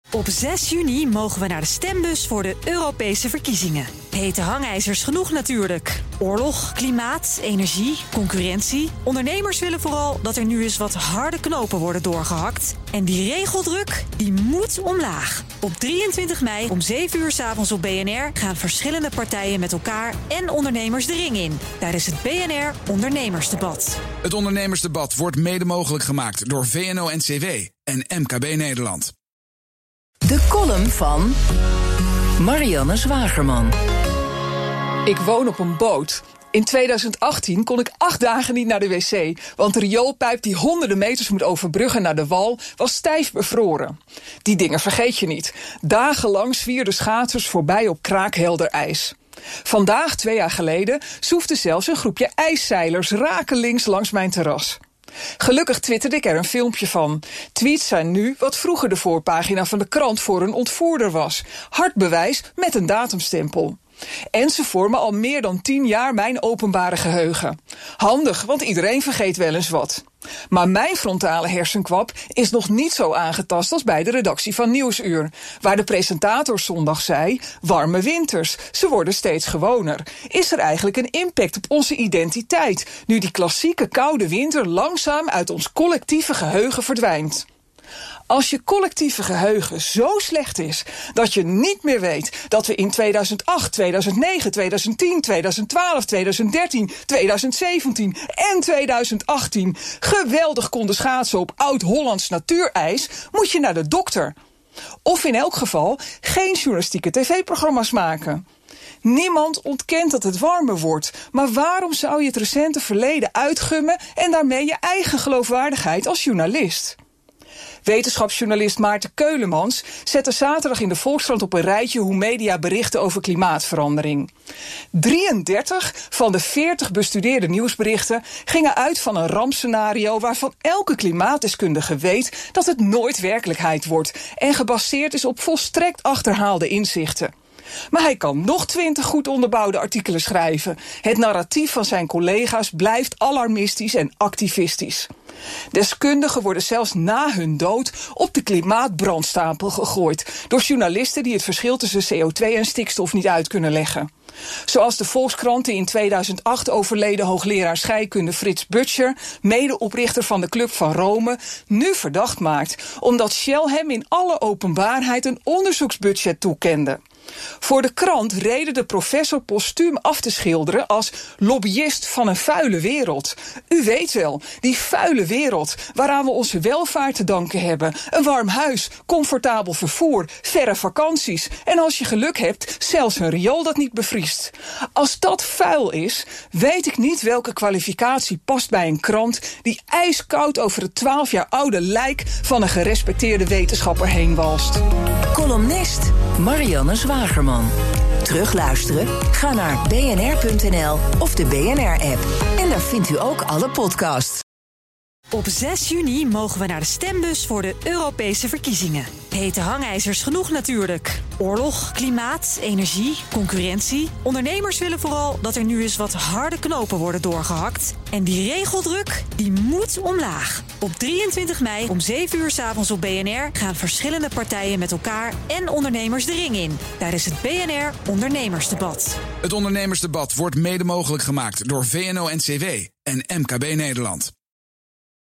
Op 6 juni mogen we naar de stembus voor de Europese verkiezingen. Hete hangijzers genoeg natuurlijk. Oorlog, klimaat, energie, concurrentie. Ondernemers willen vooral dat er nu eens wat harde knopen worden doorgehakt. En die regeldruk, die moet omlaag. Op 23 mei om 7 uur 's avonds op BNR gaan verschillende partijen met elkaar en ondernemers de ring in. Tijdens het BNR Ondernemersdebat. Het Ondernemersdebat wordt mede mogelijk gemaakt door VNO-NCW en MKB Nederland. De column van Marianne Zwagerman. Ik woon op een boot. In 2018 kon ik 8 dagen niet naar de wc, want de rioolpijp die honderden meters moet overbruggen naar de wal was stijf bevroren. Die dingen vergeet je niet. Dagenlang zwierden schaatsers voorbij op kraakhelder ijs. Vandaag, 2 jaar geleden, zoefde zelfs een groepje ijszeilers rakelings langs mijn terras. Gelukkig twitterde ik er een filmpje van. Tweets zijn nu wat vroeger de voorpagina van de krant voor een ontvoerder was. Hard bewijs met een datumstempel. En ze vormen al meer dan 10 jaar mijn openbare geheugen. Handig, want iedereen vergeet wel eens wat. Maar mijn frontale hersenkwap is nog niet zo aangetast als bij de redactie van Nieuwsuur, waar de presentator zondag zei: warme winters, ze worden steeds gewoner. Is er eigenlijk een impact op onze identiteit, nu die klassieke koude winter langzaam uit ons collectieve geheugen verdwijnt? Als je collectieve geheugen zo slecht is dat je niet meer weet dat we in 2008, 2009, 2010, 2012, 2013, 2017 en 2018 geweldig konden schaatsen op oud-Hollands natuurijs, moet je naar de dokter. Of in elk geval geen journalistieke tv-programma's maken. Niemand ontkent dat het warmer wordt, maar waarom zou je het recente verleden uitgummen en daarmee je eigen geloofwaardigheid als journalist? Wetenschapsjournalist Maarten Keulemans zette zaterdag in de Volkskrant op een rijtje hoe media berichten over klimaatverandering. 33 van de 40 bestudeerde nieuwsberichten gingen uit van een rampscenario waarvan elke klimaatdeskundige weet dat het nooit werkelijkheid wordt en gebaseerd is op volstrekt achterhaalde inzichten. Maar hij kan nog 20 goed onderbouwde artikelen schrijven. Het narratief van zijn collega's blijft alarmistisch en activistisch. Deskundigen worden zelfs na hun dood op de klimaatbrandstapel gegooid door journalisten die het verschil tussen CO2 en stikstof niet uit kunnen leggen. Zoals de Volkskrant die in 2008 overleden hoogleraar scheikunde Frits Butcher, medeoprichter van de Club van Rome, nu verdacht maakt, omdat Shell hem in alle openbaarheid een onderzoeksbudget toekende. Voor de krant reden de professor postuum af te schilderen als lobbyist van een vuile wereld. U weet wel, die vuile wereld waaraan we onze welvaart te danken hebben. Een warm huis, comfortabel vervoer, verre vakanties en als je geluk hebt, zelfs een riool dat niet bevriest. Als dat vuil is, weet ik niet welke kwalificatie past bij een krant die ijskoud over het 12 jaar oude lijk van een gerespecteerde wetenschapper heen walst. Columnist Marianne Zwagerman. Terugluisteren? Ga naar bnr.nl of de BNR-app. En daar vindt u ook alle podcasts. Op 6 juni mogen we naar de stembus voor de Europese verkiezingen. Hete hangijzers genoeg natuurlijk. Oorlog, klimaat, energie, concurrentie. Ondernemers willen vooral dat er nu eens wat harde knopen worden doorgehakt. En die regeldruk, die moet omlaag. Op 23 mei om 7 uur 's avonds op BNR gaan verschillende partijen met elkaar en ondernemers de ring in. Tijdens het BNR Ondernemersdebat. Het Ondernemersdebat wordt mede mogelijk gemaakt door VNO-NCW en MKB Nederland.